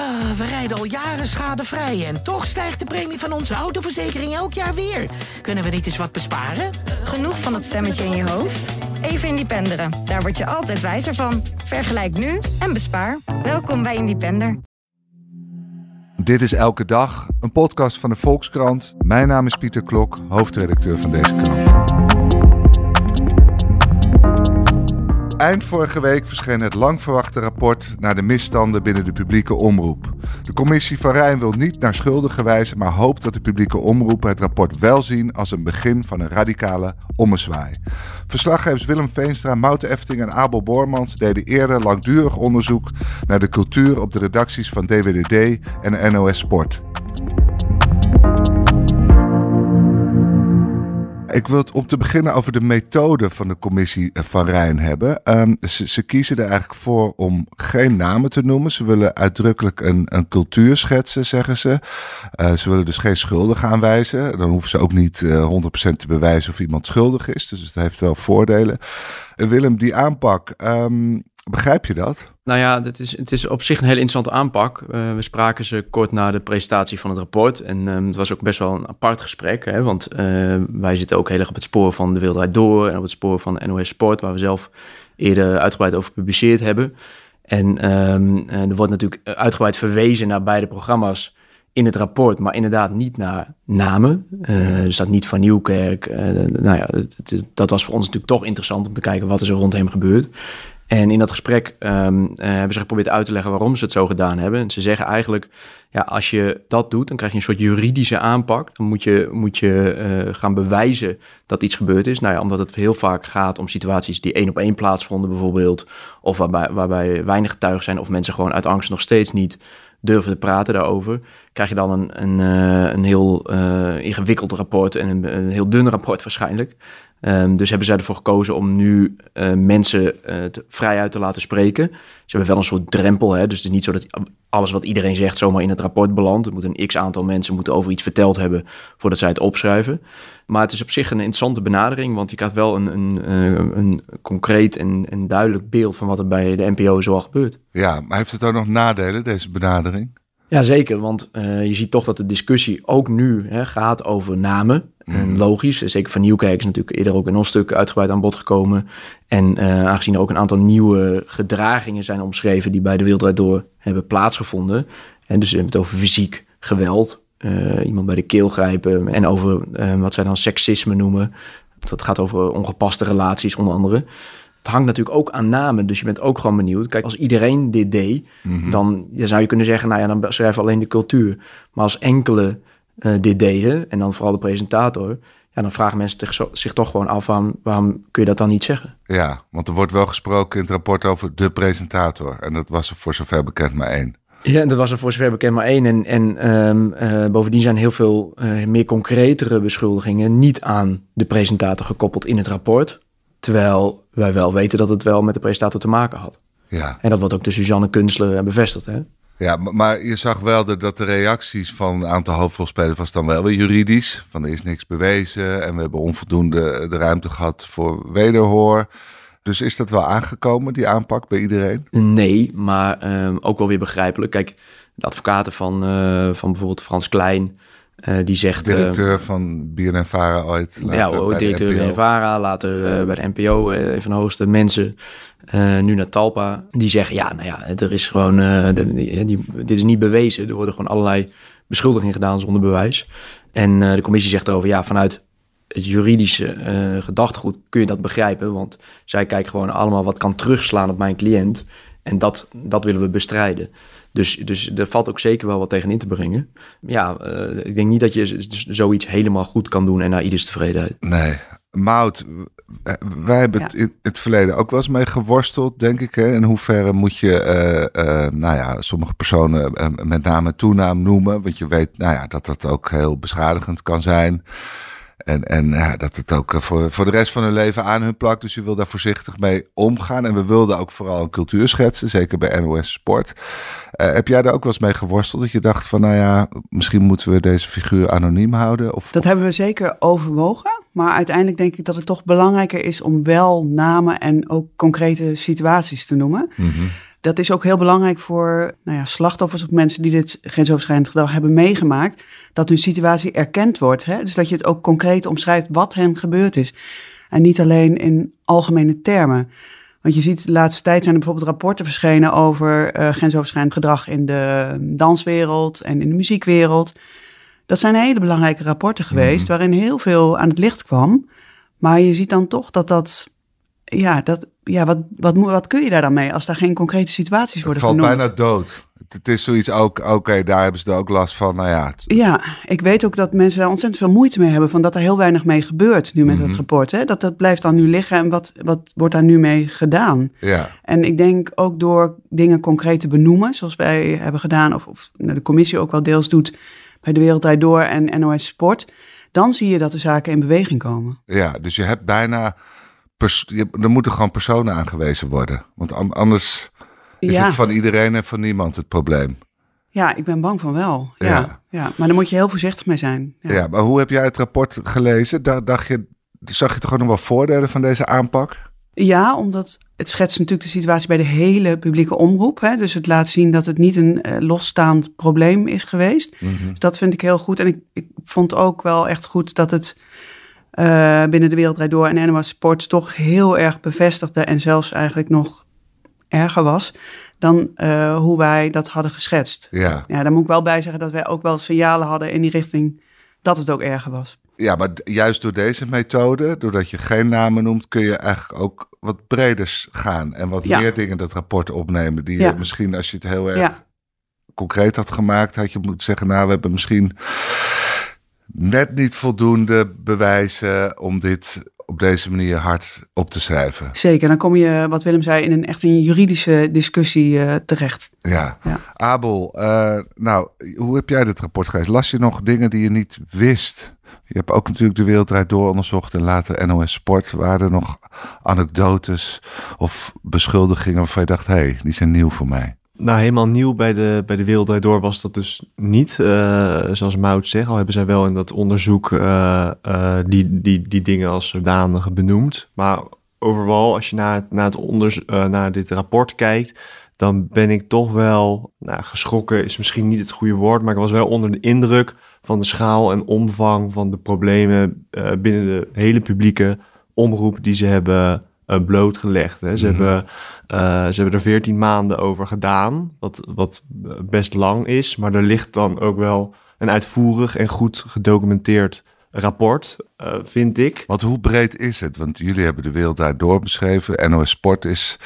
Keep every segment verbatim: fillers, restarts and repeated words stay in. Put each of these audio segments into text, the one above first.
Uh, we rijden al jaren schadevrij en toch stijgt de premie van onze autoverzekering elk jaar weer. Kunnen we niet eens wat besparen? Genoeg van dat stemmetje in je hoofd? Even Independeren. Daar word je altijd wijzer van. Vergelijk nu en bespaar. Welkom bij Independer. Dit is Elke Dag, een podcast van de Volkskrant. Mijn naam is Pieter Klok, hoofdredacteur van deze krant. Eind vorige week verscheen het lang verwachte rapport naar de misstanden binnen de publieke omroep. De commissie Van Rijn wil niet naar schuldigen wijzen, maar hoopt dat de publieke omroepen het rapport wel zien als een begin van een radicale ommezwaai. Verslaggevers Willem Veenstra, Moute Efting en Abel Boormans deden eerder langdurig onderzoek naar de cultuur op de redacties van D W D D en N O S Sport. Ik wil het om te beginnen over de methode van de commissie Van Rijn hebben. Um, ze, ze kiezen er eigenlijk voor om geen namen te noemen. Ze willen uitdrukkelijk een, een cultuur schetsen, zeggen ze. Uh, ze willen dus geen schuldigen aanwijzen. Dan hoeven ze ook niet uh, honderd procent te bewijzen of iemand schuldig is. Dus dat heeft wel voordelen. Uh, Willem, die aanpak, um, begrijp je dat? Nou ja, het is, het is op zich een hele interessante aanpak. Uh, we spraken ze kort na de presentatie van het rapport. En um, het was ook best wel een apart gesprek. Hè, want uh, wij zitten ook heel erg op het spoor van De Wereld Draait Door en op het spoor van N O S Sport, waar we zelf eerder uitgebreid over gepubliceerd hebben. En um, er wordt natuurlijk uitgebreid verwezen naar beide programma's in het rapport, maar inderdaad niet naar namen. Uh, er staat niet Van Nieuwkerk. Uh, nou ja, het, het, dat was voor ons natuurlijk toch interessant om te kijken wat er zo rond hem gebeurt. En in dat gesprek um, uh, hebben ze geprobeerd uit te leggen waarom ze het zo gedaan hebben. En ze zeggen eigenlijk, ja, als je dat doet, dan krijg je een soort juridische aanpak. Dan moet je, moet je uh, gaan bewijzen dat iets gebeurd is. Nou ja, omdat het heel vaak gaat om situaties die één op één plaatsvonden bijvoorbeeld. Of waarbij, waarbij weinig getuigen zijn of mensen gewoon uit angst nog steeds niet durven te praten daarover. Krijg je dan een, een, uh, een heel uh, ingewikkeld rapport en een, een heel dun rapport waarschijnlijk. Um, dus hebben zij ervoor gekozen om nu uh, mensen uh, te, vrij uit te laten spreken. Ze hebben wel een soort drempel. Hè? Dus het is niet zo dat alles wat iedereen zegt zomaar in het rapport belandt. Er moet een x-aantal mensen moeten over iets verteld hebben voordat zij het opschrijven. Maar het is op zich een interessante benadering, want je krijgt wel een, een, een, een concreet en een duidelijk beeld van wat er bij de N P O zoal gebeurt. Ja, maar heeft het ook nog nadelen, deze benadering? Ja, zeker, want uh, je ziet toch dat de discussie ook nu hè, gaat over namen. Mm. En logisch, zeker Van Nieuwkerk is natuurlijk eerder ook in ons stuk uitgebreid aan bod gekomen. En uh, aangezien er ook een aantal nieuwe gedragingen zijn omschreven die bij De Wereld Draait Door hebben plaatsgevonden. En dus we hebben het over fysiek geweld, uh, iemand bij de keel grijpen en over uh, wat zij dan seksisme noemen. Dat gaat over ongepaste relaties onder andere. Het hangt natuurlijk ook aan namen, dus je bent ook gewoon benieuwd. Kijk, als iedereen dit deed, mm-hmm. dan ja, zou je kunnen zeggen, nou ja, dan schrijven we alleen de cultuur. Maar als enkele uh, dit deden, en dan vooral de presentator, ja, dan vragen mensen zich, zich toch gewoon af, waarom, waarom kun je dat dan niet zeggen? Ja, want er wordt wel gesproken in het rapport over de presentator. En dat was er voor zover bekend maar één. Ja, dat was er voor zover bekend maar één. En, en um, uh, bovendien zijn heel veel uh, meer concretere beschuldigingen niet aan de presentator gekoppeld in het rapport. Terwijl wij wel weten dat het wel met de presentator te maken had. Ja. En dat wordt ook de Suzanne Kunstler bevestigd, hè? Ja, maar je zag wel de, dat de reacties van een aantal hoofdrolspelers was dan wel weer juridisch. Van er is niks bewezen en we hebben onvoldoende de ruimte gehad voor wederhoor. Dus is dat wel aangekomen, die aanpak bij iedereen? Nee, maar um, ook wel weer begrijpelijk. Kijk, de advocaten van, uh, van bijvoorbeeld Frans Klein, Uh, die zegt, directeur uh, van B N N Vara ooit. Ja, ooit directeur van B N N Vara, later uh, bij de N P O, uh, een van de hoogste mensen. Uh, nu naar Talpa. Die zeggen, ja, nou ja, er is gewoon, uh, de, die, die, dit is niet bewezen. Er worden gewoon allerlei beschuldigingen gedaan zonder bewijs. En uh, de commissie zegt erover, ja, vanuit het juridische uh, gedachtegoed kun je dat begrijpen. Want zij kijken gewoon allemaal wat kan terugslaan op mijn cliënt. En dat, dat willen we bestrijden. Dus, dus er valt ook zeker wel wat tegen in te brengen. Ja, uh, ik denk niet dat je zoiets helemaal goed kan doen en naar ieders tevredenheid. Nee. Maud, wij hebben ja. het in het verleden ook wel eens mee geworsteld, denk ik. Hè? In hoeverre moet je, uh, uh, nou ja, sommige personen uh, met naam en toenaam noemen. Want je weet, nou ja, dat dat ook heel beschadigend kan zijn. En, en ja, dat het ook voor, voor de rest van hun leven aan hun plakt. Dus je wil daar voorzichtig mee omgaan. En we wilden ook vooral een cultuur schetsen, zeker bij N O S Sport. Uh, heb jij daar ook wel eens mee geworsteld? Dat je dacht van, nou ja, misschien moeten we deze figuur anoniem houden? Of, dat of... hebben we zeker overwogen. Maar uiteindelijk denk ik dat het toch belangrijker is om wel namen en ook concrete situaties te noemen. Mm-hmm. dat is ook heel belangrijk voor nou ja, slachtoffers of mensen die dit grensoverschrijdend gedrag hebben meegemaakt, dat hun situatie erkend wordt. Hè? Dus dat je het ook concreet omschrijft wat hen gebeurd is. En niet alleen in algemene termen. Want je ziet, de laatste tijd zijn er bijvoorbeeld rapporten verschenen over uh, grensoverschrijdend gedrag in de danswereld en in de muziekwereld. Dat zijn hele belangrijke rapporten geweest, mm. waarin heel veel aan het licht kwam. Maar je ziet dan toch dat dat, ja, dat, ja wat, wat, wat kun je daar dan mee als daar geen concrete situaties worden genoemd? Het valt genoemd? bijna dood. Het is zoiets ook, oké, okay, daar hebben ze er ook last van. Nou ja, het... ja, ik weet ook dat mensen daar ontzettend veel moeite mee hebben, van dat er heel weinig mee gebeurt nu met mm-hmm. het rapport. Hè? Dat, dat blijft dan nu liggen en wat, wat wordt daar nu mee gedaan? Ja. En ik denk ook door dingen concreet te benoemen, zoals wij hebben gedaan, of, of de commissie ook wel deels doet bij De Wereld Draait Door en N O S Sport, dan zie je dat de zaken in beweging komen. Ja, dus je hebt bijna, pers- je, er moeten gewoon personen aangewezen worden. Want an- anders is ja. het van iedereen en van niemand het probleem. Ja, ik ben bang van wel. Ja, ja. ja. Maar daar moet je heel voorzichtig mee zijn. Ja, ja, maar hoe heb jij het rapport gelezen? Daar dacht je, zag je toch ook nog wel voordelen van deze aanpak? Ja, omdat het schetst natuurlijk de situatie bij de hele publieke omroep. Hè? Dus het laat zien dat het niet een uh, losstaand probleem is geweest. Mm-hmm. Dus dat vind ik heel goed. En ik, ik vond ook wel echt goed dat het uh, binnen De Wereld Draait Door en N O S Sport toch heel erg bevestigde en zelfs eigenlijk nog erger was dan uh, hoe wij dat hadden geschetst. Ja. Ja, daar moet ik wel bij zeggen dat wij ook wel signalen hadden in die richting dat het ook erger was. Ja, maar juist door deze methode, doordat je geen namen noemt, kun je eigenlijk ook wat breder gaan en wat ja. meer dingen dat rapport opnemen. Die ja. je misschien, als je het heel erg ja. concreet had gemaakt, had je moeten zeggen, nou, we hebben misschien net niet voldoende bewijzen om dit op deze manier hard op te schrijven. Zeker, dan kom je, wat Willem zei, in een echt een juridische discussie uh, terecht. Ja. ja. Abel, uh, nou, hoe heb jij dit rapport gelezen? Las je nog dingen die je niet wist? Je hebt ook natuurlijk De Wereld Draait Door onderzocht en later N O S Sport. Waren er nog anekdotes of beschuldigingen waarvan je dacht, hé, hey, die zijn nieuw voor mij? Nou, helemaal nieuw bij de, bij de Wereld Draait Door was dat dus niet. Uh, zoals Maud zegt, al hebben zij wel in dat onderzoek uh, uh, die, die, die dingen als zodanige benoemd. Maar overal, als je naar, het, naar, het onderzo- uh, naar dit rapport kijkt, dan ben ik toch wel, nou, geschrokken is misschien niet het goede woord, maar ik was wel onder de indruk van de schaal en omvang van de problemen uh, binnen de hele publieke omroep die ze hebben uh, blootgelegd. Hè. Ze, mm-hmm. hebben, uh, ze hebben er veertien maanden over gedaan, wat, wat best lang is, maar er ligt dan ook wel een uitvoerig en goed gedocumenteerd rapport, uh, vind ik. Want hoe breed is het? Want jullie hebben De Wereld Draait Door beschreven, N O S Sport is...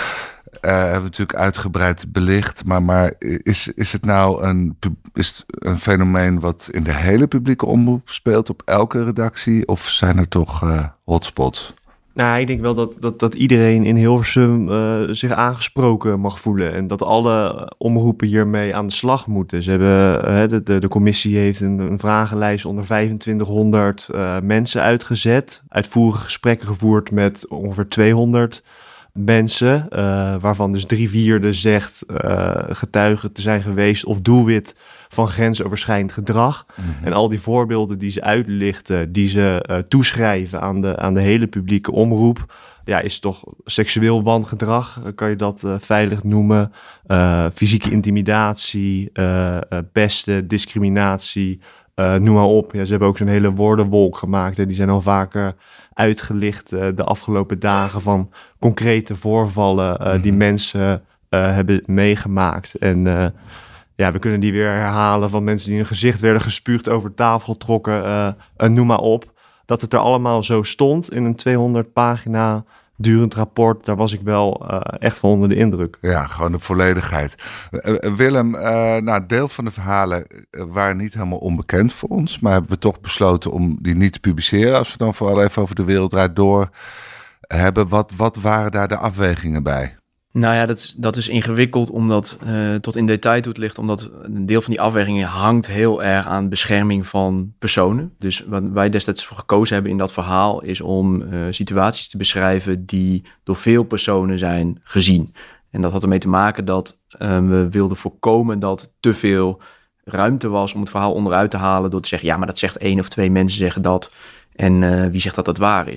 Uh, hebben we natuurlijk uitgebreid belicht, maar, maar is, is het nou een, is het een fenomeen wat in de hele publieke omroep speelt, op elke redactie, of zijn er toch uh, hotspots? Nou, ik denk wel dat, dat, dat iedereen in Hilversum uh, zich aangesproken mag voelen en dat alle omroepen hiermee aan de slag moeten. Ze hebben, uh, de, de, de commissie heeft een, een vragenlijst onder vijfentwintighonderd uh, mensen uitgezet, uitvoerige gesprekken gevoerd met ongeveer tweehonderd mensen, uh, waarvan dus drie vierde zegt uh, getuige te zijn geweest of doelwit van grensoverschrijdend gedrag. Mm-hmm. En al die voorbeelden die ze uitlichten, die ze uh, toeschrijven aan de, aan de hele publieke omroep, ja, is toch seksueel wangedrag, kan je dat uh, veilig noemen. Uh, fysieke intimidatie, uh, uh, pesten, discriminatie, uh, noem maar op. Ja, ze hebben ook zo'n hele woordenwolk gemaakt. Hè. Die zijn al vaker uitgelicht uh, de afgelopen dagen van concrete voorvallen uh, mm-hmm. die mensen uh, hebben meegemaakt. En uh, ja, we kunnen die weer herhalen van mensen die hun gezicht werden gespuugd, over tafel trokken, uh, uh, noem maar op. Dat het er allemaal zo stond in een tweehonderd pagina durend rapport, daar was ik wel uh, echt van onder de indruk. Ja, gewoon de volledigheid. Uh, Willem, uh, nou, deel van de verhalen waren niet helemaal onbekend voor ons, maar hebben we toch besloten om die niet te publiceren, als we dan vooral even over De Wereld Draait Door hebben. Wat, wat waren daar de afwegingen bij? Nou ja, dat is, dat is ingewikkeld om dat uh, tot in detail toe te lichten, omdat een deel van die afwegingen hangt heel erg aan bescherming van personen. Dus wat wij destijds voor gekozen hebben in dat verhaal is om uh, situaties te beschrijven die door veel personen zijn gezien. En dat had ermee te maken dat uh, we wilden voorkomen dat te veel ruimte was om het verhaal onderuit te halen door te zeggen, ja, maar dat zegt één of twee mensen zeggen dat en uh, wie zegt dat dat waar is.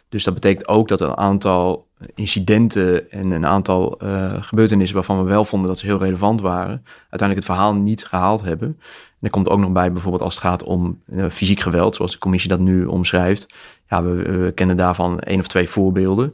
Dus dat betekent ook dat een aantal incidenten en een aantal uh, gebeurtenissen waarvan we wel vonden dat ze heel relevant waren, uiteindelijk het verhaal niet gehaald hebben. En er komt ook nog bij bijvoorbeeld als het gaat om uh, fysiek geweld, zoals de commissie dat nu omschrijft. Ja, we, we kennen daarvan één of twee voorbeelden.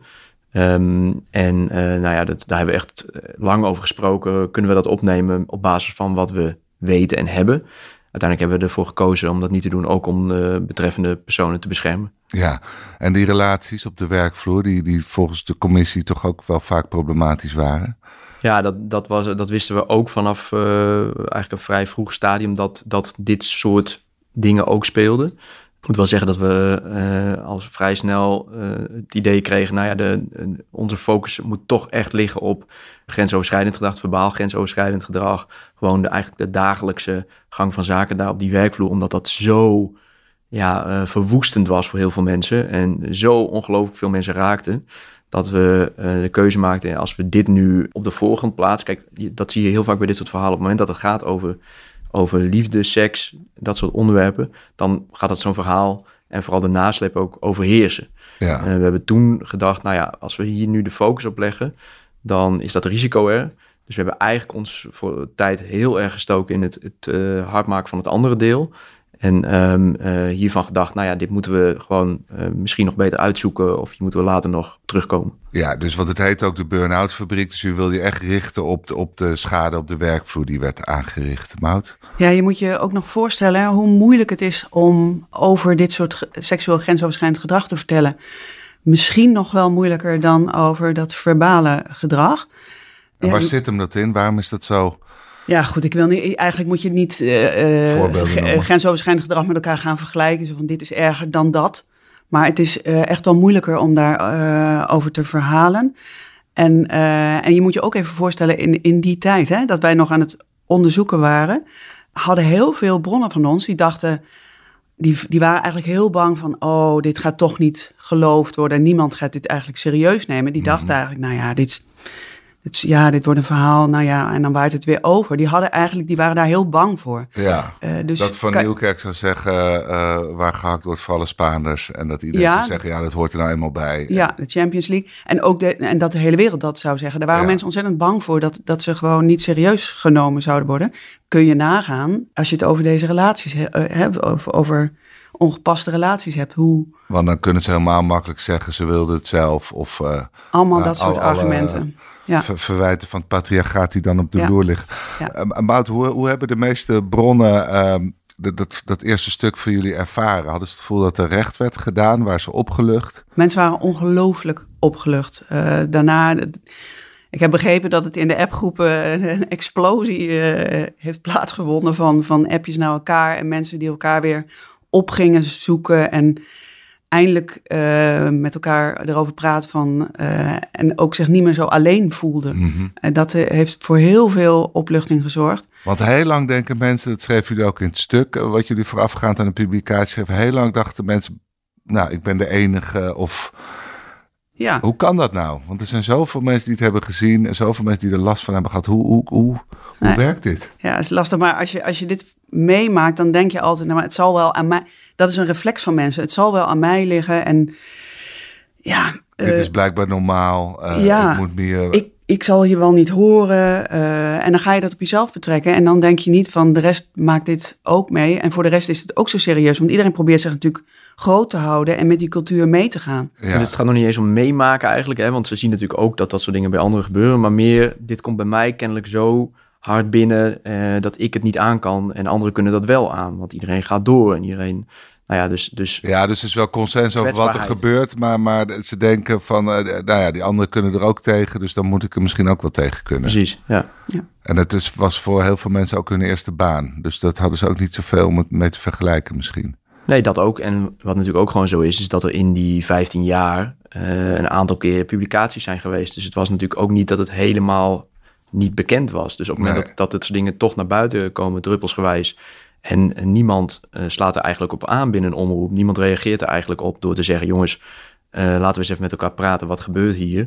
Um, en uh, nou ja, dat, daar hebben we echt lang over gesproken. Kunnen we dat opnemen op basis van wat we weten en hebben? Uiteindelijk hebben we ervoor gekozen om dat niet te doen, ook om de betreffende personen te beschermen. Ja, en die relaties op de werkvloer, die, die volgens de commissie toch ook wel vaak problematisch waren? Ja, dat, dat, was, dat wisten we ook vanaf uh, eigenlijk een vrij vroeg stadium, dat, dat dit soort dingen ook speelden. Ik moet wel zeggen dat we uh, al vrij snel uh, het idee kregen, nou ja, de, de, onze focus moet toch echt liggen op grensoverschrijdend gedrag, verbaal grensoverschrijdend gedrag. Gewoon de, eigenlijk de dagelijkse gang van zaken daar op die werkvloer, omdat dat zo ja, uh, verwoestend was voor heel veel mensen en zo ongelooflijk veel mensen raakte, dat we uh, de keuze maakten, als we dit nu op de voorgrond plaatsen. Kijk, dat zie je heel vaak bij dit soort verhalen. Op het moment dat het gaat over, over liefde, seks, dat soort onderwerpen, dan gaat dat zo'n verhaal en vooral de nasleep ook overheersen. Ja. Uh, we hebben toen gedacht, nou ja, als we hier nu de focus op leggen, dan is dat risico er. Dus we hebben eigenlijk ons voor tijd heel erg gestoken in het, het uh, hard maken van het andere deel. En um, uh, hiervan gedacht, nou ja, dit moeten we gewoon uh, misschien nog beter uitzoeken, of hier moeten we later nog terugkomen. Ja, dus want het heet ook de burn-out fabriek, dus u wil je echt richten op de, op de schade op de werkvloer die werd aangericht. Maud? Ja, je moet je ook nog voorstellen hè, hoe moeilijk het is om over dit soort ge- seksueel grensoverschrijdend gedrag te vertellen. Misschien nog wel moeilijker dan over dat verbale gedrag. En waar ja, zit hem dat in? Waarom is dat zo? Ja, goed, ik wil niet, eigenlijk moet je niet uh, uh, grensoverschrijdend gedrag met elkaar gaan vergelijken. Zo van dit is erger dan dat. Maar het is uh, echt wel moeilijker om daarover uh, over te verhalen. En, uh, en je moet je ook even voorstellen, in, in die tijd hè, dat wij nog aan het onderzoeken waren, hadden heel veel bronnen van ons die dachten, die, die waren eigenlijk heel bang van, oh, dit gaat toch niet geloofd worden. Niemand gaat dit eigenlijk serieus nemen. Die mm-hmm. dachten eigenlijk, nou ja, dit Het, ja, dit wordt een verhaal, nou ja, en dan waait het weer over. Die hadden eigenlijk, die waren daar heel bang voor. Ja, uh, dus dat Van kan... Nieuwkerk zou zeggen, uh, waar gehakt wordt vallen Spaanders. En dat iedereen ja, zou zeggen, ja, dat hoort er nou eenmaal bij. Ja, de Champions League. En ook de, en dat de hele wereld dat zou zeggen. Daar waren ja. mensen ontzettend bang voor, dat, dat ze gewoon niet serieus genomen zouden worden. Kun je nagaan, als je het over deze relaties hebt, uh, over, over ongepaste relaties hebt, hoe... Want dan kunnen ze helemaal makkelijk zeggen, ze wilden het zelf. Of, uh, allemaal uh, dat soort alle, argumenten. Ja. Ver, verwijten van het patriarchaat die dan op de ja. loer ligt. Ja. Uh, Maud, hoe, hoe hebben de meeste bronnen uh, dat, dat, dat eerste stuk voor jullie ervaren? Hadden ze het gevoel dat er recht werd gedaan? Waren ze opgelucht? Mensen waren ongelooflijk opgelucht. Uh, daarna, ik heb begrepen dat het in de appgroepen een explosie uh, heeft plaatsgevonden van, van appjes naar elkaar en mensen die elkaar weer op gingen zoeken en eindelijk uh, met elkaar erover praten van uh, en ook zich niet meer zo alleen voelden. Mm-hmm. En dat uh, heeft voor heel veel opluchting gezorgd. Want heel lang denken mensen, dat schreven jullie ook in het stuk, uh, wat jullie voorafgaand aan de publicatie schreven, heel lang dachten mensen, nou, ik ben de enige of... Ja. Hoe kan dat nou? Want er zijn zoveel mensen die het hebben gezien en zoveel mensen die er last van hebben gehad. Hoe, hoe, hoe, hoe nee. werkt dit? Ja, het is lastig, maar als je, als je dit meemaakt, dan denk je altijd, nou, maar het zal wel aan mij, dat is een reflex van mensen. Het zal wel aan mij liggen en ja. Dit uh, is blijkbaar normaal. Uh, ja, ik moet meer... ik, ik zal je wel niet horen. Uh, en dan ga je dat op jezelf betrekken. En dan denk je niet van, de rest maakt dit ook mee. En voor de rest is het ook zo serieus. Want iedereen probeert zich natuurlijk groot te houden en met die cultuur mee te gaan. Ja. Dus het gaat nog niet eens om meemaken eigenlijk. Hè? Want ze zien natuurlijk ook dat dat soort dingen bij anderen gebeuren. Maar meer, dit komt bij mij kennelijk zo hard binnen uh, dat ik het niet aan kan. En anderen kunnen dat wel aan. Want iedereen gaat door en iedereen... Nou ja, dus, dus, ja, dus er is wel consensus over wat er gebeurt. Maar, maar ze denken van, uh, nou ja, die anderen kunnen er ook tegen. Dus dan moet ik er misschien ook wel tegen kunnen. Precies, ja. ja. En het is, was voor heel veel mensen ook hun eerste baan. Dus dat hadden ze ook niet zoveel om het mee te vergelijken misschien. Nee, dat ook. En wat natuurlijk ook gewoon zo is, is dat er in die vijftien jaar uh, een aantal keer publicaties zijn geweest. Dus het was natuurlijk ook niet dat het helemaal niet bekend was. Dus op het moment nee. dat, dat dit soort dingen toch naar buiten komen, druppelsgewijs. En, en niemand uh, slaat er eigenlijk op aan binnen een omroep. Niemand reageert er eigenlijk op door te zeggen, jongens, uh, laten we eens even met elkaar praten. Wat gebeurt hier?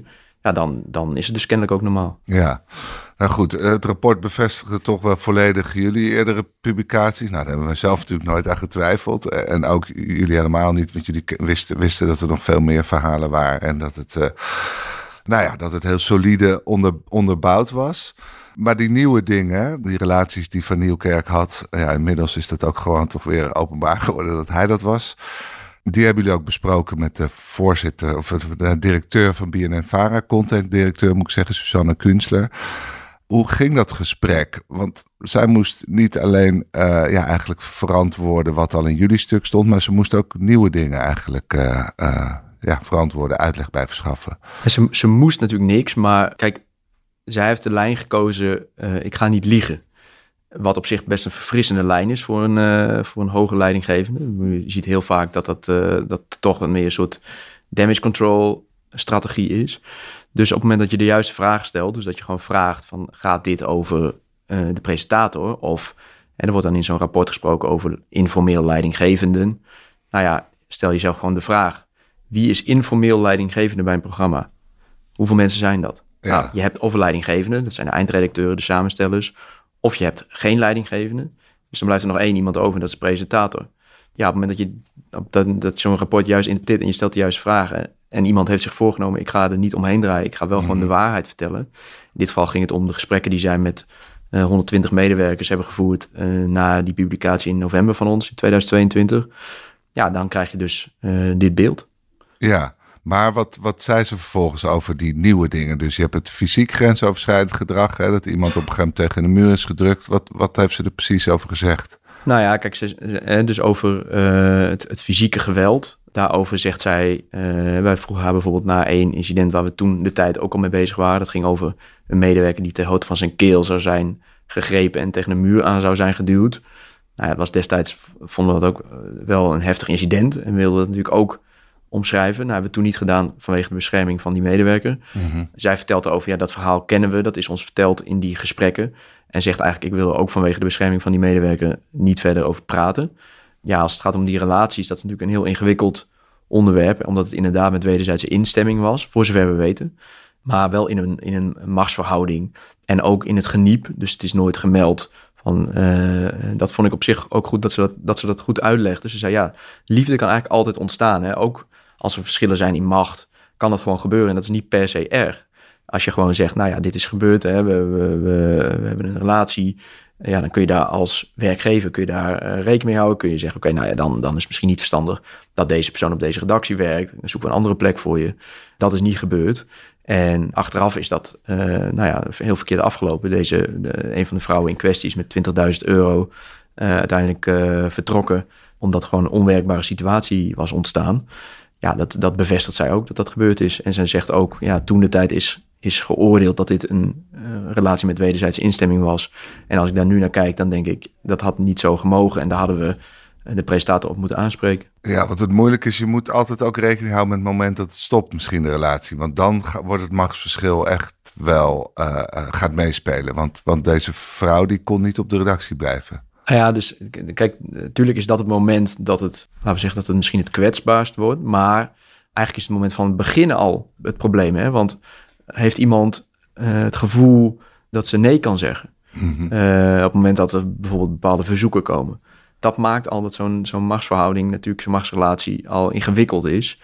ja, dan, dan is het dus kennelijk ook normaal. Ja, nou goed, het rapport bevestigde toch wel volledig jullie eerdere publicaties. Nou, daar hebben we zelf natuurlijk nooit aan getwijfeld. En ook jullie helemaal niet, want jullie wisten, wisten dat er nog veel meer verhalen waren. En dat het, uh, nou ja, dat het heel solide onder, onderbouwd was. Maar die nieuwe dingen, die relaties die Van Nieuwkerk had, ja, inmiddels is dat ook gewoon toch weer openbaar geworden dat hij dat was. Die hebben jullie ook besproken met de voorzitter, of de directeur van B N N-Vara, content-directeur moet ik zeggen, Susanne Kunstler. Hoe ging dat gesprek? Want zij moest niet alleen uh, ja, eigenlijk verantwoorden wat al in jullie stuk stond, maar ze moest ook nieuwe dingen eigenlijk uh, uh, ja, verantwoorden, uitleg bij verschaffen. Ja, ze, ze moest natuurlijk niks, maar kijk, zij heeft de lijn gekozen, uh, ik ga niet liegen. Wat op zich best een verfrissende lijn is voor een, uh, voor een hoge leidinggevende. Je ziet heel vaak dat dat, uh, dat toch een meer een soort damage control strategie is. Dus op het moment dat je de juiste vragen stelt, dus dat je gewoon vraagt van, gaat dit over uh, de presentator? Of, en er wordt dan in zo'n rapport gesproken over informeel leidinggevenden. Nou ja, stel jezelf gewoon de vraag, wie is informeel leidinggevende bij een programma? Hoeveel mensen zijn dat? Ja. Nou, je hebt of een leidinggevende, dat zijn de eindredacteuren, de samenstellers. Of je hebt geen leidinggevende. Dus dan blijft er nog één iemand over en dat is de presentator. Ja, op het moment dat je dat, dat zo'n rapport juist interpreteert en je stelt de juiste vragen en iemand heeft zich voorgenomen, ik ga er niet omheen draaien, ik ga wel mm-hmm. gewoon de waarheid vertellen. In dit geval ging het om de gesprekken die zij met uh, honderdtwintig medewerkers hebben gevoerd uh, na die publicatie in november van ons, in tweeduizend tweeëntwintig. Ja, dan krijg je dus uh, dit beeld. Ja. Maar wat, wat zei ze vervolgens over die nieuwe dingen? Dus je hebt het fysiek grensoverschrijdend gedrag, hè, dat iemand op een gegeven moment tegen de muur is gedrukt. Wat, wat heeft ze er precies over gezegd? Nou ja, kijk, ze, dus over uh, het, het fysieke geweld. Daarover zegt zij, uh, wij vroegen haar bijvoorbeeld na één incident waar we toen de tijd ook al mee bezig waren. Dat ging over een medewerker die ter hoogte van zijn keel zou zijn gegrepen en tegen een muur aan zou zijn geduwd. Nou ja, het was destijds, vonden we dat ook wel een heftig incident en wilden dat natuurlijk ook omschrijven. Nou, hebben we toen niet gedaan vanwege de bescherming van die medewerker. Mm-hmm. Zij vertelt over, ja, dat verhaal kennen we, dat is ons verteld in die gesprekken. En zegt eigenlijk, ik wil er ook vanwege de bescherming van die medewerker niet verder over praten. Ja, als het gaat om die relaties, dat is natuurlijk een heel ingewikkeld onderwerp, omdat het inderdaad met wederzijdse instemming was, voor zover we weten. Maar wel in een, in een machtsverhouding en ook in het geniep. Dus het is nooit gemeld. Van, uh, dat vond ik op zich ook goed dat ze dat, dat ze dat goed uitlegde. Dus ze zei, ja, liefde kan eigenlijk altijd ontstaan. Hè? Ook als er verschillen zijn in macht, kan dat gewoon gebeuren. En dat is niet per se erg. Als je gewoon zegt, nou ja, dit is gebeurd. Hè? We, we, we, we hebben een relatie. Ja, dan kun je daar als werkgever kun je daar uh, rekening mee houden. Kun je zeggen, oké, okay, nou ja, dan, dan is het misschien niet verstandig dat deze persoon op deze redactie werkt. Dan zoeken we een andere plek voor je. Dat is niet gebeurd. En achteraf is dat uh, nou ja, heel verkeerd afgelopen. Deze, de, een van de vrouwen in kwestie is met twintigduizend euro uh, uiteindelijk uh, vertrokken, omdat gewoon een onwerkbare situatie was ontstaan. Ja, dat, dat bevestigt zij ook dat dat gebeurd is. En zij zegt ook, ja, toen de tijd is, is geoordeeld dat dit een uh, relatie met wederzijdse instemming was. En als ik daar nu naar kijk, dan denk ik, dat had niet zo gemogen. En daar hadden we de presentator op moeten aanspreken. Ja, wat het moeilijk is, je moet altijd ook rekening houden met het moment dat het stopt, misschien de relatie. Want dan ga, wordt het machtsverschil echt wel uh, uh, gaat meespelen. Want, want deze vrouw die kon niet op de redactie blijven. Nou ja, dus kijk, natuurlijk is dat het moment dat het, laten we zeggen, dat het misschien het kwetsbaarst wordt. Maar eigenlijk is het moment van het begin al het probleem. Hè? Want heeft iemand uh, het gevoel dat ze nee kan zeggen? Mm-hmm. Uh, op het moment dat er bijvoorbeeld bepaalde verzoeken komen. Dat maakt al dat zo'n, zo'n machtsverhouding, natuurlijk zo'n machtsrelatie, al ingewikkeld is.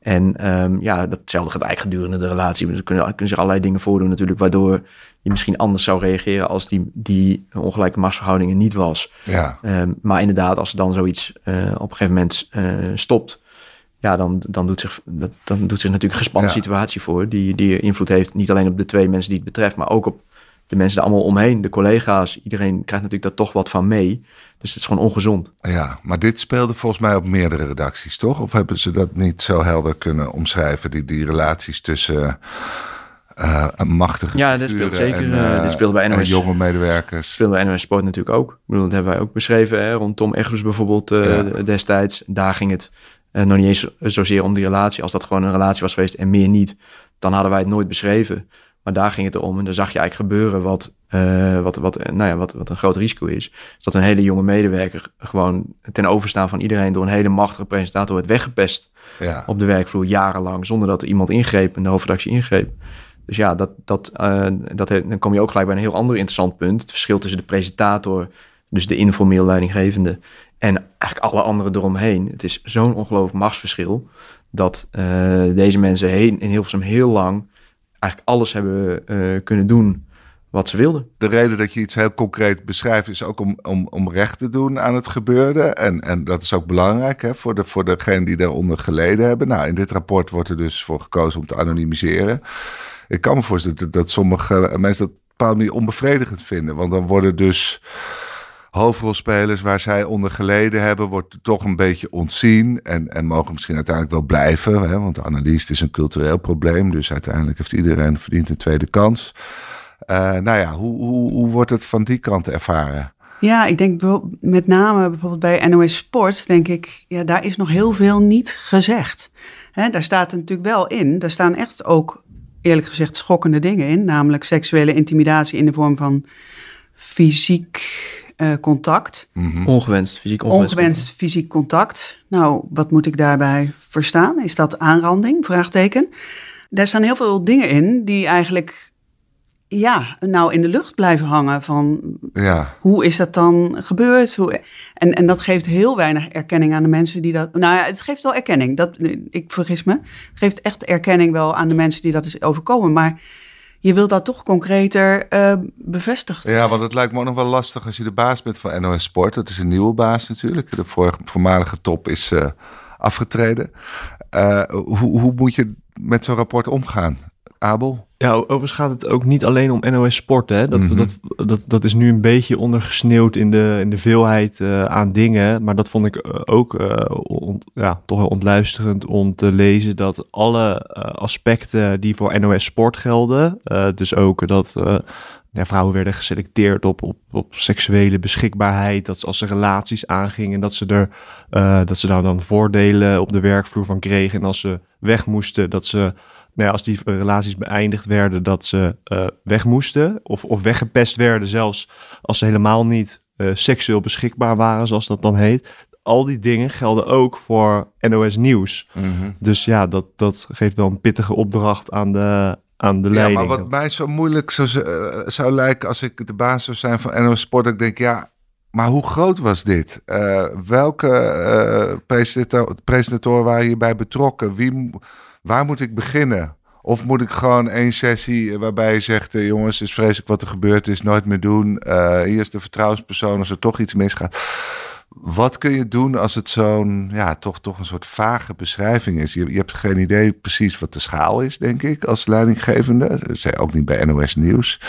En um, ja, datzelfde gaat eigenlijk gedurende de relatie. Er kunnen, kunnen zich allerlei dingen voordoen natuurlijk, waardoor je misschien anders zou reageren als die, die ongelijke machtsverhoudingen niet was. Ja. Um, maar inderdaad, als er dan zoiets uh, op een gegeven moment uh, stopt, ja, dan, dan, doet zich, dat, dan doet zich natuurlijk een gespannen ja. situatie voor, die, die invloed heeft niet alleen op de twee mensen die het betreft, maar ook op de mensen er allemaal omheen, de collega's. Iedereen krijgt natuurlijk daar toch wat van mee. Dus het is gewoon ongezond. Ja, maar dit speelde volgens mij op meerdere redacties, toch? Of hebben ze dat niet zo helder kunnen omschrijven, die, die relaties tussen uh, een machtige ja, dat speelt zeker. En, uh, dat speelt bij N O S, jonge medewerkers. Dat speelt bij N O S Sport natuurlijk ook. Ik bedoel, dat hebben wij ook beschreven, hè, rond Tom Egbers bijvoorbeeld uh, ja. destijds. Daar ging het uh, nog niet eens zozeer om die relatie. Als dat gewoon een relatie was geweest en meer niet, dan hadden wij het nooit beschreven. Maar daar ging het om en daar zag je eigenlijk gebeuren wat, uh, wat, wat, nou ja, wat, wat een groot risico is. Is dat een hele jonge medewerker gewoon ten overstaan van iedereen door een hele machtige presentator werd weggepest ja. op de werkvloer jarenlang, zonder dat er iemand ingreep en de hoofdredactie ingreep. Dus ja, dat, dat, uh, dat, dan kom je ook gelijk bij een heel ander interessant punt. Het verschil tussen de presentator, dus de informeel leidinggevende, en eigenlijk alle anderen eromheen. Het is zo'n ongelooflijk machtsverschil dat uh, deze mensen heen, in Hilversum heel lang eigenlijk alles hebben uh, kunnen doen wat ze wilden. De reden dat je iets heel concreet beschrijft is ook om, om, om recht te doen aan het gebeurde. En, en dat is ook belangrijk hè, voor, de, voor degenen die daaronder geleden hebben. Nou, in dit rapport wordt er dus voor gekozen om te anonimiseren. Ik kan me voorstellen dat, dat sommige mensen dat op een bepaalde manier onbevredigend vinden. Want dan worden dus hoofdrolspelers waar zij onder geleden hebben, wordt toch een beetje ontzien. En, en mogen misschien uiteindelijk wel blijven. Hè, want de analyse is een cultureel probleem. Dus uiteindelijk heeft iedereen verdient een tweede kans. Uh, nou ja, hoe, hoe, hoe wordt het van die kant ervaren? Ja, ik denk met name bijvoorbeeld bij N O S Sport, denk ik, ja, daar is nog heel veel niet gezegd. Hè, daar staat er natuurlijk wel in, daar staan echt ook, eerlijk gezegd, schokkende dingen in. Namelijk seksuele intimidatie in de vorm van fysiek uh, contact. Mm-hmm. Ongewenst, fysiek ongewenst. Ongewenst contact. fysiek contact. Nou, wat moet ik daarbij verstaan? Is dat aanranding? Vraagteken. Daar staan heel veel dingen in die eigenlijk, ja, nou in de lucht blijven hangen van ja. Hoe is dat dan gebeurd? Hoe, en, en dat geeft heel weinig erkenning aan de mensen die dat... Nou ja, het geeft wel erkenning. Dat, ik vergis me. Het geeft echt erkenning wel aan de mensen die dat is overkomen. Maar je wil dat toch concreter uh, bevestigd. Ja, want het lijkt me ook nog wel lastig als je de baas bent van N O S Sport. Dat is een nieuwe baas natuurlijk. De vorige, voormalige top is uh, afgetreden. Uh, hoe, hoe moet je met zo'n rapport omgaan? Abel? Ja, overigens gaat het ook niet alleen om N O S Sport. Hè? Dat, mm-hmm. dat, dat, dat is nu een beetje ondergesneeuwd in de, in de veelheid uh, aan dingen. Maar dat vond ik uh, ook uh, on, ja, toch wel ontluisterend om te lezen dat alle uh, aspecten die voor N O S Sport gelden, uh, dus ook dat uh, ja, vrouwen werden geselecteerd op, op, op seksuele beschikbaarheid, dat als ze relaties aangingen, dat ze er uh, dat ze daar dan voordelen op de werkvloer van kregen. En als ze weg moesten, dat ze Nou ja, als die relaties beëindigd werden, dat ze uh, weg moesten of, of weggepest werden, zelfs als ze helemaal niet uh, seksueel beschikbaar waren, zoals dat dan heet. Al die dingen gelden ook voor N O S Nieuws. Mm-hmm. Dus ja, dat, dat geeft wel een pittige opdracht aan de, aan de leiding. Ja, maar wat mij zo moeilijk zou, uh, zou lijken als ik de baas zou zijn van N O S Sport, ik denk, ja, maar hoe groot was dit? Uh, welke uh, presentator, presentatoren waren hierbij betrokken? Wie... Waar moet ik beginnen? Of moet ik gewoon één sessie waarbij je zegt, uh, jongens, het is vreselijk wat er gebeurd is, nooit meer doen. Uh, hier is de vertrouwenspersoon als er toch iets misgaat. Wat kun je doen als het zo'n, ja, toch, toch een soort vage beschrijving is? Je, je hebt geen idee precies wat de schaal is, denk ik, als leidinggevende. Dat zei ook niet bij N O S Nieuws.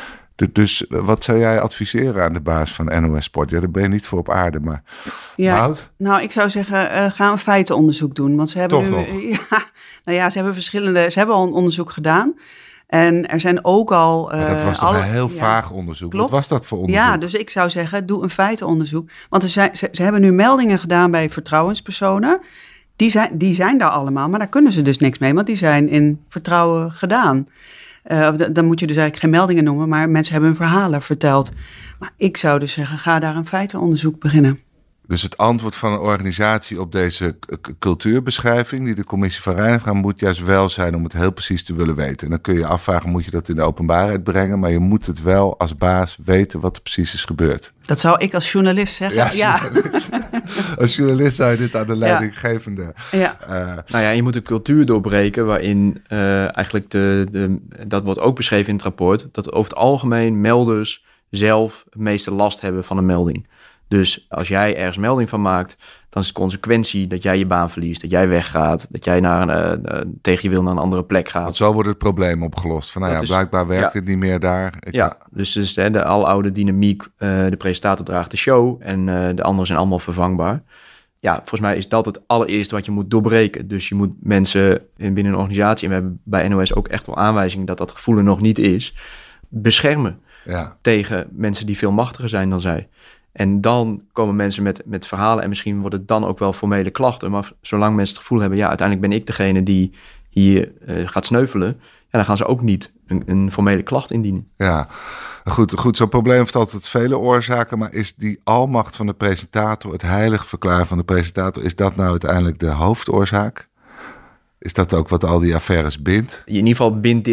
Dus wat zou jij adviseren aan de baas van N O S Sport? Ja, daar ben je niet voor op aarde, maar... Ja, Wout? nou, ik zou zeggen, uh, ga een feitenonderzoek doen. Want ze hebben Toch nu, nog? Ja, nou ja, ze hebben verschillende... Ze hebben al een onderzoek gedaan. En er zijn ook al... Uh, maar dat was toch alle, een heel ja, vaag onderzoek? Klopt. Wat was dat voor onderzoek? Ja, dus ik zou zeggen, doe een feitenonderzoek. Want er zijn, ze, ze hebben nu meldingen gedaan bij vertrouwenspersonen. Die zijn, die zijn daar allemaal, maar daar kunnen ze dus niks mee. Want die zijn in vertrouwen gedaan. Uh, dan moet je dus eigenlijk geen meldingen noemen, maar mensen hebben hun verhalen verteld. Maar ik zou dus zeggen, ga daar een feitenonderzoek beginnen. Dus het antwoord van een organisatie op deze k- cultuurbeschrijving die de commissie van Reinhard moet juist wel zijn om het heel precies te willen weten. En dan kun je afvragen, moet je dat in de openbaarheid brengen? Maar je moet het wel als baas weten wat er precies is gebeurd. Dat zou ik als journalist zeggen. Ja, journalist. Ja. Als journalist zou je dit aan de leidinggevende. Ja. Uh, nou ja, je moet een cultuur doorbreken waarin uh, eigenlijk de, de, dat wordt ook beschreven in het rapport, dat over het algemeen melders zelf het meeste last hebben van een melding. Dus als jij ergens melding van maakt, dan is de consequentie dat jij je baan verliest, dat jij weggaat, dat jij naar een, uh, tegen je wil naar een andere plek gaat. Want zo wordt het probleem opgelost. Van nou ja, is, blijkbaar werkt ja. het niet meer daar. Ik ja, kan... dus, dus de, de aloude dynamiek, uh, de presentator draagt de show en uh, de anderen zijn allemaal vervangbaar. Ja, volgens mij is dat het allereerste wat je moet doorbreken. Dus je moet mensen binnen een organisatie, en we hebben bij N O S ook echt wel aanwijzingen dat dat gevoel er nog niet is, beschermen ja. tegen mensen die veel machtiger zijn dan zij. En dan komen mensen met, met verhalen en misschien worden het dan ook wel formele klachten. Maar zolang mensen het gevoel hebben, ja, uiteindelijk ben ik degene die hier uh, gaat sneuvelen. Ja, dan gaan ze ook niet een, een formele klacht indienen. Ja, goed, goed zo'n probleem heeft altijd vele oorzaken. Maar is die almacht van de presentator, het heilig verklaren van de presentator, is dat nou uiteindelijk de hoofdoorzaak? Is dat ook wat al die affaires bindt? In ieder geval bindt dit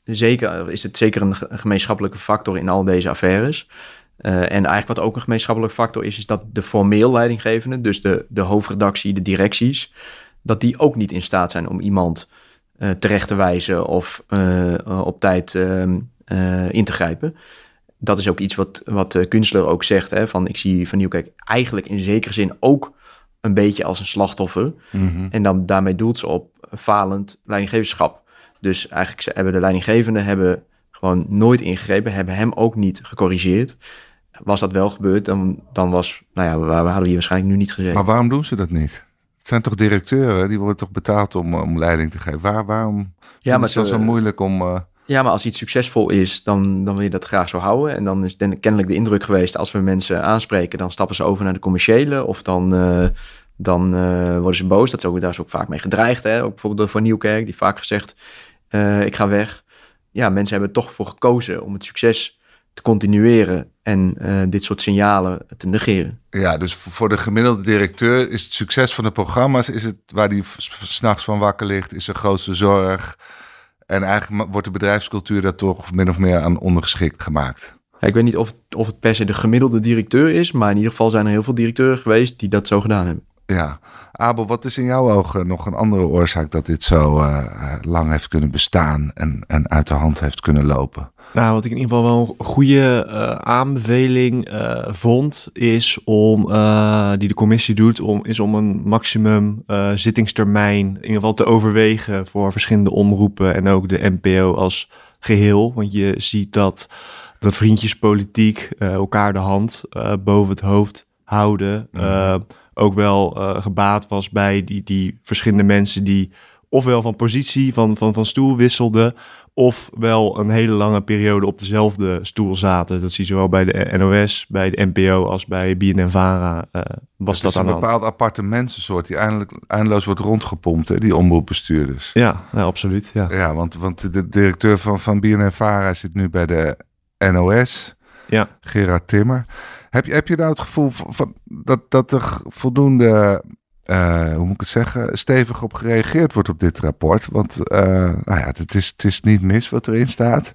zeker, is het zeker een, een gemeenschappelijke factor in al deze affaires. Uh, en eigenlijk wat ook een gemeenschappelijke factor is, is dat de formeel leidinggevenden, dus de, de hoofdredactie, de directies, dat die ook niet in staat zijn om iemand uh, terecht te wijzen of uh, uh, op tijd uh, uh, in te grijpen. Dat is ook iets wat, wat uh, Kunstler ook zegt. Hè, van, ik zie Van Nieuwkerk eigenlijk in zekere zin ook een beetje als een slachtoffer. Mm-hmm. En dan, daarmee doelt ze op falend leidinggeverschap. Dus eigenlijk ze hebben de leidinggevenden hebben gewoon nooit ingegrepen, hebben hem ook niet gecorrigeerd. Was dat wel gebeurd, dan, dan was, nou ja, we, we hadden hier waarschijnlijk nu niet gezeten. Maar waarom doen ze dat niet? Het zijn toch directeuren, die worden toch betaald om, om leiding te geven? Waar, waarom ja, maar het is zo moeilijk om... Uh... Ja, maar als iets succesvol is, dan, dan wil je dat graag zo houden. En dan is den, kennelijk de indruk geweest, als we mensen aanspreken, dan stappen ze over naar de commerciële. Of dan, uh, dan uh, worden ze boos. Dat is ook, daar is ook vaak mee gedreigd. Hè? Ook bijvoorbeeld door Van Nieuwkerk, die vaak gezegd, uh, ik ga weg. Ja, mensen hebben er toch voor gekozen om het succes te continueren en uh, dit soort signalen te negeren. Ja, dus voor de gemiddelde directeur is het succes van de programma's, is het waar die 's nachts van wakker ligt, is zijn grootste zorg. En eigenlijk wordt de bedrijfscultuur daar toch min of meer aan ondergeschikt gemaakt. Ja, ik weet niet of, of het per se de gemiddelde directeur is, maar in ieder geval zijn er heel veel directeuren geweest die dat zo gedaan hebben. Ja. Abel, wat is in jouw ogen nog een andere oorzaak dat dit zo uh, lang heeft kunnen bestaan en, en uit de hand heeft kunnen lopen? Nou, wat ik in ieder geval wel een goede uh, aanbeveling uh, vond, is om, uh, die de commissie doet, om, is om een maximum uh, zittingstermijn in ieder geval te overwegen voor verschillende omroepen en ook de N P O als geheel. Want je ziet dat, dat vriendjespolitiek uh, elkaar de hand uh, boven het hoofd houden. Uh, ook wel uh, gebaat was bij die, die verschillende mensen die ofwel van positie, van, van, van stoel wisselden, of wel een hele lange periode op dezelfde stoel zaten. Dat zie je zowel bij de N O S, bij de N P O als bij B N N Vara uh, was dat aan de hand. Het is een bepaald aparte mensensoort die eindelijk, eindeloos wordt rondgepompt, hè, die omroepbestuurders. Ja, ja, absoluut. Ja, ja want, want de directeur van, van B N N Vara zit nu bij de N O S, ja. Gerard Timmer. Heb je, heb je nou het gevoel van, van, dat, dat er voldoende, uh, hoe moet ik het zeggen, stevig op gereageerd wordt op dit rapport? Want uh, nou ja, het is, het is niet mis wat erin staat.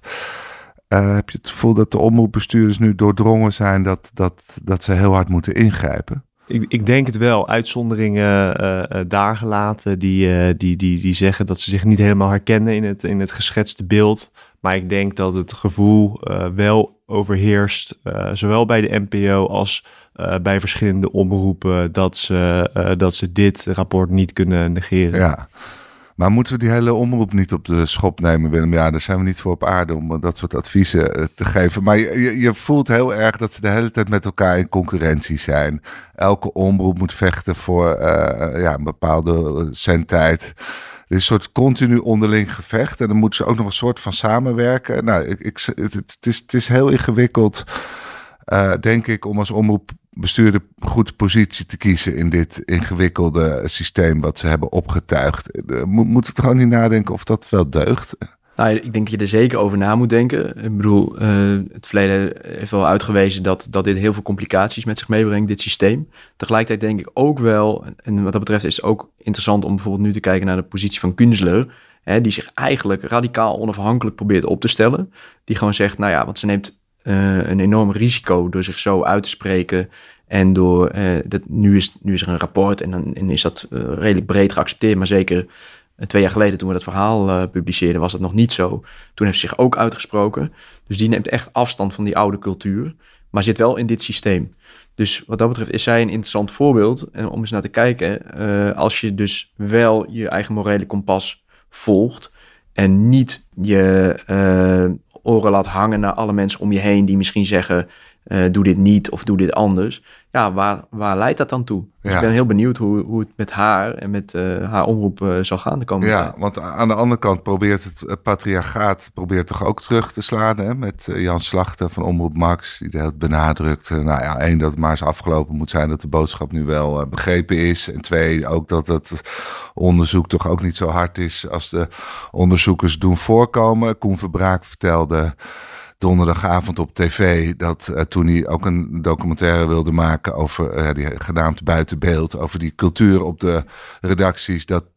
Uh, heb je het gevoel dat de omroepbestuurders nu doordrongen zijn dat, dat, dat ze heel hard moeten ingrijpen? Ik, ik denk het wel. Uitzonderingen uh, uh, daar gelaten die, uh, die, die, die zeggen dat ze zich niet helemaal herkennen in het, in het geschetste beeld. Maar ik denk dat het gevoel uh, wel overheerst, uh, zowel bij de N P O als uh, bij verschillende omroepen, dat ze, uh, dat ze dit rapport niet kunnen negeren. Ja, maar moeten we die hele omroep niet op de schop nemen, Willem? Ja, daar zijn we niet voor op aarde om dat soort adviezen te geven. Maar je, je voelt heel erg dat ze de hele tijd met elkaar in concurrentie zijn. Elke omroep moet vechten voor uh, ja, een bepaalde zendtijd. Er is een soort continu onderling gevecht. En dan moeten ze ook nog een soort van samenwerken. Nou, ik, ik, het, het, is, het is heel ingewikkeld, uh, denk ik, om als omroepbestuurder goed positie te kiezen in dit ingewikkelde systeem wat ze hebben opgetuigd. Uh, moet, moet het gewoon niet nadenken of dat wel deugt? Nou, ik denk dat je er zeker over na moet denken. Ik bedoel, uh, het verleden heeft wel uitgewezen dat, dat dit heel veel complicaties met zich meebrengt, dit systeem. Tegelijkertijd denk ik ook wel, en wat dat betreft is het ook interessant om bijvoorbeeld nu te kijken naar de positie van Kunstler, hè, die zich eigenlijk radicaal onafhankelijk probeert op te stellen. Die gewoon zegt, nou ja, want ze neemt uh, een enorm risico door zich zo uit te spreken. En door, uh, dat, nu, is, nu is er een rapport en dan en is dat uh, redelijk breed geaccepteerd, maar zeker twee jaar geleden toen we dat verhaal uh, publiceerden was dat nog niet zo. Toen heeft ze zich ook uitgesproken. Dus die neemt echt afstand van die oude cultuur, maar zit wel in dit systeem. Dus wat dat betreft is zij een interessant voorbeeld en om eens naar te kijken. Uh, als je dus wel je eigen morele kompas volgt en niet je uh, oren laat hangen naar alle mensen om je heen die misschien zeggen, Uh, doe dit niet of doe dit anders. Ja, waar, waar leidt dat dan toe? Dus ja. Ik ben heel benieuwd hoe, hoe het met haar en met uh, haar omroep uh, zal gaan de komende ja, tijd. Want aan de andere kant probeert het, het patriarchaat probeert toch ook terug te slaan. Hè? Met uh, Jan Slachter van Omroep Max, die dat benadrukt. Uh, nou ja, één, dat het maar eens afgelopen moet zijn, dat de boodschap nu wel uh, begrepen is. En twee, ook dat het onderzoek toch ook niet zo hard is als de onderzoekers doen voorkomen. Koen Verbraak vertelde donderdagavond op tv dat uh, toen hij ook een documentaire wilde maken over uh, die genaamd Buiten Beeld, over die cultuur op de redacties, dat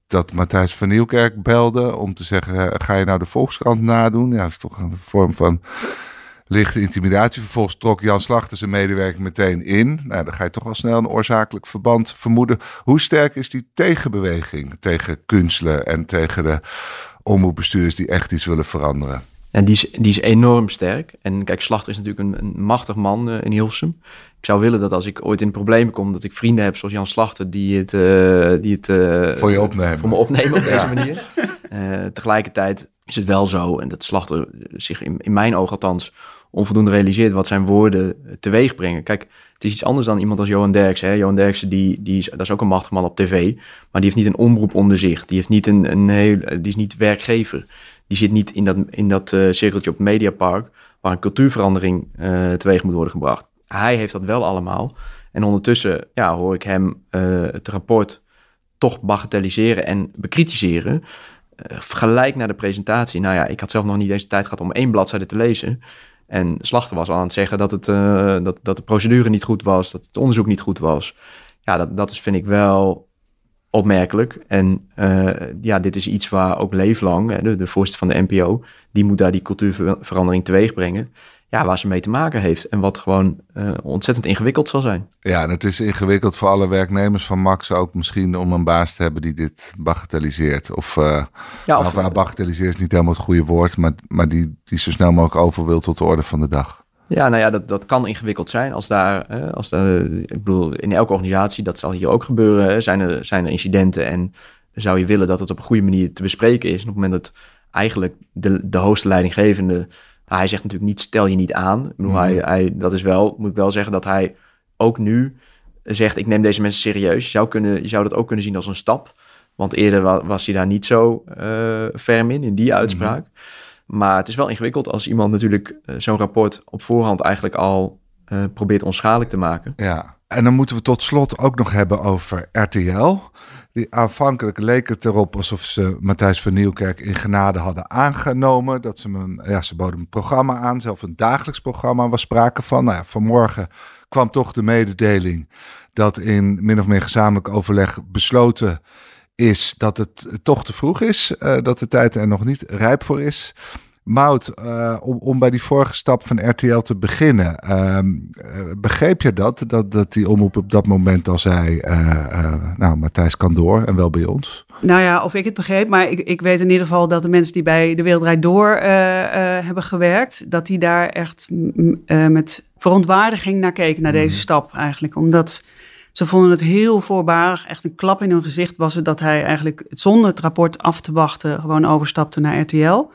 dat Matthijs van Nieuwkerk belde om te zeggen, ga je nou de Volkskrant nadoen? Ja, dat is toch een vorm van lichte intimidatie. Vervolgens trok Jan Slachter zijn medewerker meteen in. Nou, dan ga je toch wel snel een oorzakelijk verband vermoeden. Hoe sterk is die tegenbeweging tegen Kunstler en tegen de omroepbestuurders die echt iets willen veranderen? En die is, die is enorm sterk. En kijk, Slachter is natuurlijk een, een machtig man uh, in Hilversum. Ik zou willen dat als ik ooit in problemen kom, dat ik vrienden heb zoals Jan Slachter, die het, uh, die het uh, voor je opnemen. Voor me opnemen op deze ja. manier. Uh, tegelijkertijd is het wel zo, en dat Slachter zich in, in mijn oog althans onvoldoende realiseert wat zijn woorden teweeg brengen. Kijk, het is iets anders dan iemand als Johan Derksen. Hè? Johan Derksen, die, die is, dat is ook een machtig man op tv, maar die heeft niet een omroep onder zich. Die, heeft niet een, een heel, die is niet werkgever. Die zit niet in dat, in dat uh, cirkeltje op het Mediapark, waar een cultuurverandering uh, teweeg moet worden gebracht. Hij heeft dat wel allemaal. En ondertussen ja, hoor ik hem uh, het rapport toch bagatelliseren en bekritiseren. Uh, gelijk naar de presentatie. Nou ja, ik had zelf nog niet deze tijd gehad om één bladzijde te lezen. En Slachter was al aan het zeggen dat, het, uh, dat, dat de procedure niet goed was, dat het onderzoek niet goed was. Ja, dat, dat is, vind ik wel opmerkelijk. En uh, ja, dit is iets waar ook Leeflang, de, de voorzitter van de N P O, die moet daar die cultuurverandering teweeg brengen. Ja, waar ze mee te maken heeft en wat gewoon uh, ontzettend ingewikkeld zal zijn. Ja, en het is ingewikkeld voor alle werknemers van Max ook misschien om een baas te hebben die dit bagatelliseert. Of, uh, ja, of, of bagatelliseert is niet helemaal het goede woord, maar, maar die, die zo snel mogelijk over wil tot de orde van de dag. Ja, nou ja, dat, dat kan ingewikkeld zijn. Als daar, hè, als daar, ik bedoel, in elke organisatie, dat zal hier ook gebeuren, hè, zijn, er, zijn er incidenten en zou je willen dat het op een goede manier te bespreken is. En op het moment dat eigenlijk de, de hoogste leidinggevende, hij zegt natuurlijk niet, stel je niet aan. Ik bedoel, mm. hij, hij, dat is wel, moet ik wel zeggen, dat hij ook nu zegt, ik neem deze mensen serieus. Je zou, kunnen, je zou dat ook kunnen zien als een stap. Want eerder wa, was hij daar niet zo uh, ferm in, in die uitspraak. Mm. Maar het is wel ingewikkeld als iemand natuurlijk uh, zo'n rapport op voorhand eigenlijk al uh, probeert onschadelijk te maken. Ja, en dan moeten we tot slot ook nog hebben over R T L. Die aanvankelijk leek het erop alsof ze Matthijs van Nieuwkerk in genade hadden aangenomen. Dat ze hem, ja, ze boden een programma aan, zelfs een dagelijks programma was sprake van. Nou ja, vanmorgen kwam toch de mededeling dat in min of meer gezamenlijk overleg besloten is dat het toch te vroeg is, uh, dat de tijd er nog niet rijp voor is. Maud, uh, om, om bij die vorige stap van R T L te beginnen, uh, uh, begreep je dat, dat, dat die omroep op dat moment al zei, uh, uh, nou, Matthijs kan door en wel bij ons? Nou ja, of ik het begreep, maar ik, ik weet in ieder geval dat de mensen die bij De Wereld Draait Door uh, uh, hebben gewerkt, dat die daar echt uh, met verontwaardiging naar keken, naar deze mm. stap eigenlijk. Omdat ze vonden het heel voorbarig, echt een klap in hun gezicht was het dat hij eigenlijk zonder het rapport af te wachten gewoon overstapte naar R T L.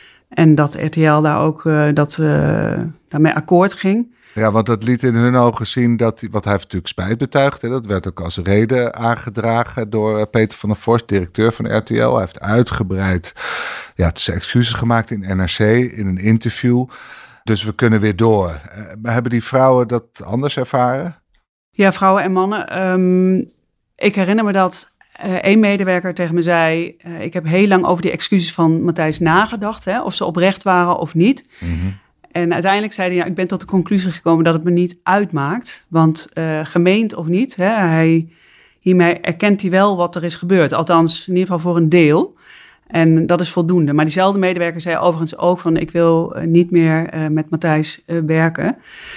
En dat R T L daar ook uh, dat, uh, daarmee akkoord ging. Ja, want dat liet in hun ogen zien dat, wat hij heeft natuurlijk spijt betuigd. Hè, dat werd ook als reden aangedragen door Peter van der Vorst, directeur van R T L. Hij heeft uitgebreid ja, zijn excuses gemaakt in N R C, in een interview. Dus we kunnen weer door. Uh, hebben die vrouwen dat anders ervaren? Ja, vrouwen en mannen. Um, ik herinner me dat Uh, een medewerker tegen me zei, uh, ik heb heel lang over die excuses van Matthijs nagedacht, hè, of ze oprecht waren of niet. Mm-hmm. En uiteindelijk zei hij, ja, ik ben tot de conclusie gekomen dat het me niet uitmaakt. Want uh, gemeend of niet, hè, hij, hiermee erkent hij wel wat er is gebeurd. Althans, in ieder geval voor een deel. En dat is voldoende. Maar diezelfde medewerker zei overigens ook van, ik wil uh, niet meer uh, met Matthijs uh, werken.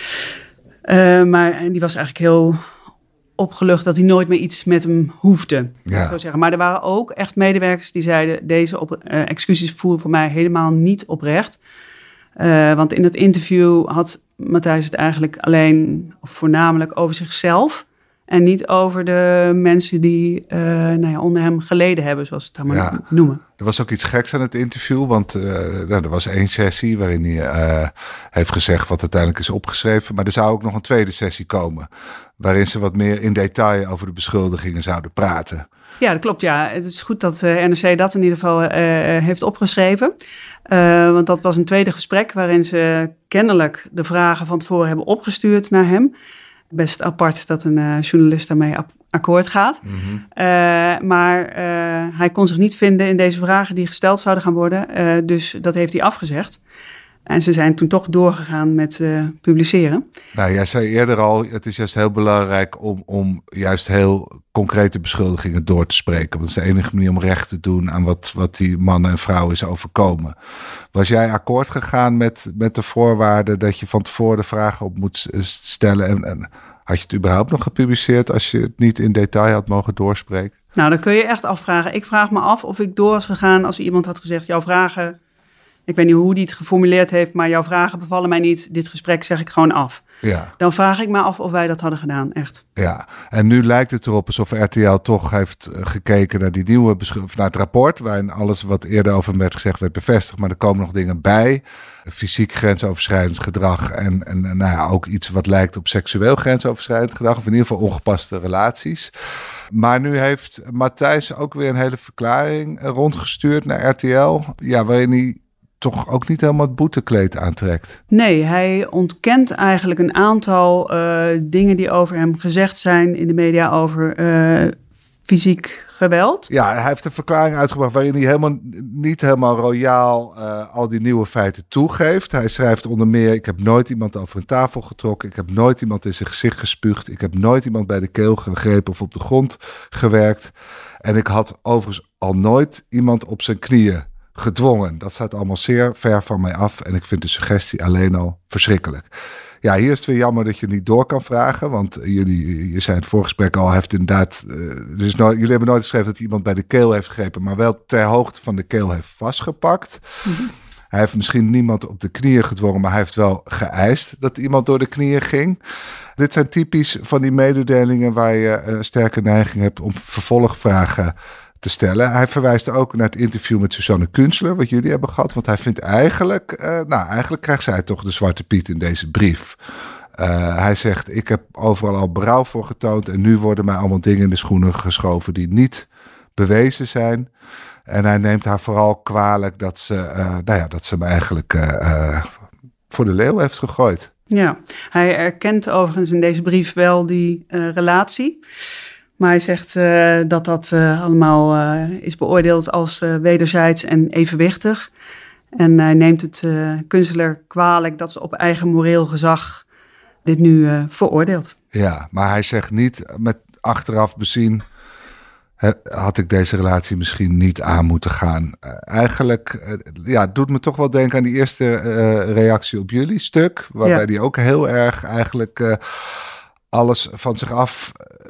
Uh, maar die was eigenlijk heel opgelucht dat hij nooit meer iets met hem hoefde. Ja. Zo zeggen. Maar er waren ook echt medewerkers die zeiden, deze op, uh, excuses voeren voor mij helemaal niet oprecht. Uh, want in het interview had Matthijs het eigenlijk alleen of voornamelijk over zichzelf en niet over de mensen die uh, nou ja, onder hem geleden hebben, zoals ze het allemaal ja. noemen. Er was ook iets geks aan het interview, want uh, nou, er was één sessie waarin hij uh, heeft gezegd wat uiteindelijk is opgeschreven, maar er zou ook nog een tweede sessie komen, waarin ze wat meer in detail over de beschuldigingen zouden praten. Ja, dat klopt. Ja, het is goed dat uh, N R C dat in ieder geval uh, heeft opgeschreven. Uh, want dat was een tweede gesprek waarin ze kennelijk de vragen van tevoren hebben opgestuurd naar hem. Best apart dat een uh, journalist daarmee ap- akkoord gaat. Mm-hmm. Uh, maar uh, hij kon zich niet vinden in deze vragen die gesteld zouden gaan worden. Uh, dus dat heeft hij afgezegd. En ze zijn toen toch doorgegaan met uh, publiceren. Nou, jij zei eerder al, het is juist heel belangrijk om, om juist heel concrete beschuldigingen door te spreken. Want het is de enige manier om recht te doen aan wat, wat die mannen en vrouwen is overkomen. Was jij akkoord gegaan met, met de voorwaarden dat je van tevoren de vragen op moet stellen? En, en had je het überhaupt nog gepubliceerd als je het niet in detail had mogen doorspreken? Nou, dan kun je echt afvragen. Ik vraag me af of ik door was gegaan als iemand had gezegd, jouw vragen... Ik weet niet hoe die het geformuleerd heeft, maar jouw vragen bevallen mij niet. Dit gesprek zeg ik gewoon af. Ja. Dan vraag ik me af of wij dat hadden gedaan, echt. Ja, en nu lijkt het erop alsof R T L toch heeft gekeken naar die nieuwe beschuldiging, naar het rapport, waarin alles wat eerder over hem werd gezegd werd bevestigd. Maar er komen nog dingen bij. Fysiek grensoverschrijdend gedrag en, en nou ja, ook iets wat lijkt op seksueel grensoverschrijdend gedrag. Of in ieder geval ongepaste relaties. Maar nu heeft Matthijs ook weer een hele verklaring rondgestuurd naar R T L. Ja, waarin hij toch ook niet helemaal het boetekleed aantrekt. Nee, hij ontkent eigenlijk een aantal uh, dingen die over hem gezegd zijn in de media over uh, fysiek geweld. Ja, hij heeft een verklaring uitgebracht waarin hij helemaal niet helemaal royaal uh, al die nieuwe feiten toegeeft. Hij schrijft onder meer, ik heb nooit iemand over een tafel getrokken. Ik heb nooit iemand in zijn gezicht gespuugd. Ik heb nooit iemand bij de keel gegrepen of op de grond gewerkt. En ik had overigens al nooit iemand op zijn knieën gedwongen. Dat staat allemaal zeer ver van mij af en ik vind de suggestie alleen al verschrikkelijk. Ja, hier is het weer jammer dat je niet door kan vragen, want jullie, je zei het voorgesprek al, heeft inderdaad, uh, dus nooit, jullie hebben nooit geschreven dat hij iemand bij de keel heeft gegrepen, maar wel ter hoogte van de keel heeft vastgepakt. Mm-hmm. Hij heeft misschien niemand op de knieën gedwongen, maar hij heeft wel geëist dat iemand door de knieën ging. Dit zijn typisch van die mededelingen waar je een sterke neiging hebt om vervolgvragen te stellen. Hij verwijst ook naar het interview met Suzanne Kunstler, wat jullie hebben gehad. Want hij vindt eigenlijk, uh, nou eigenlijk krijgt zij toch de zwarte piet in deze brief. Uh, hij zegt, ik heb overal al berouw voor getoond en nu worden mij allemaal dingen in de schoenen geschoven die niet bewezen zijn. En hij neemt haar vooral kwalijk dat ze, uh, nou ja, dat ze hem eigenlijk uh, uh, voor de leeuw heeft gegooid. Ja, hij erkent overigens in deze brief wel die uh, relatie. Maar hij zegt uh, dat dat uh, allemaal uh, is beoordeeld als uh, wederzijds en evenwichtig. En hij neemt het uh, Kunstler kwalijk dat ze op eigen moreel gezag dit nu uh, veroordeelt. Ja, maar hij zegt niet met achteraf bezien, he, had ik deze relatie misschien niet aan moeten gaan. Uh, eigenlijk, uh, ja, het doet me toch wel denken aan die eerste uh, reactie op jullie stuk. Waarbij ja. die ook heel erg eigenlijk Uh, alles van zich af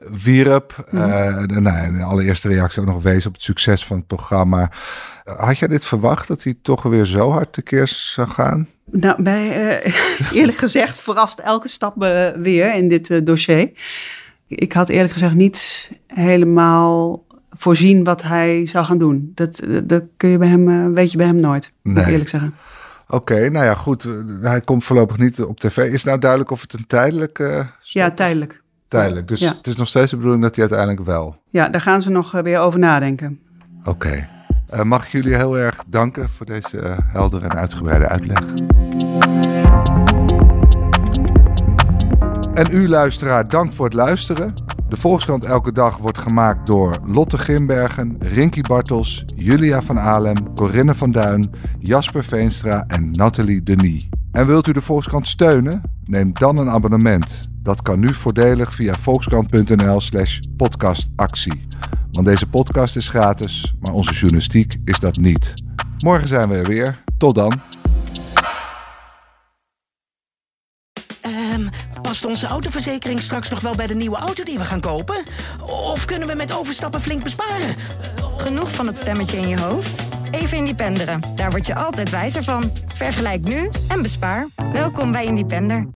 wierp. Mm. Uh, de, nou, de allereerste reactie ook nog wees op het succes van het programma. Had jij dit verwacht, dat hij toch weer zo hard tekeer zou gaan? Nou, bij, uh, eerlijk gezegd verrast elke stap uh, weer in dit uh, dossier. Ik had eerlijk gezegd niet helemaal voorzien wat hij zou gaan doen. Dat, dat kun je bij hem, uh, weet je bij hem nooit, nee. Moet ik eerlijk zeggen. Oké, okay, nou ja, goed. Hij komt voorlopig niet op tv. Is het nou duidelijk of het een tijdelijke uh, Ja, tijdelijk. Tijdelijk, dus ja. Het is nog steeds de bedoeling dat hij uiteindelijk wel. Ja, daar gaan ze nog uh, weer over nadenken. Oké. Okay. Uh, mag ik jullie heel erg danken voor deze uh, heldere en uitgebreide uitleg. En u luisteraar, dank voor het luisteren. De Volkskrant Elke Dag wordt gemaakt door Lotte Grimbergen, Rinky Bartels, Julia van Alem, Corinne van Duin, Jasper Veenstra en Nathalie Denis. En wilt u de Volkskrant steunen? Neem dan een abonnement. Dat kan nu voordelig via volkskrant.nl slash podcastactie. Want deze podcast is gratis, maar onze journalistiek is dat niet. Morgen zijn we er weer. Tot dan. Um, past onze autoverzekering straks nog wel bij de nieuwe auto die we gaan kopen? Of kunnen we met overstappen flink besparen? Genoeg van het stemmetje in je hoofd? Even Independeren. Daar word je altijd wijzer van. Vergelijk nu en bespaar. Welkom bij Independer.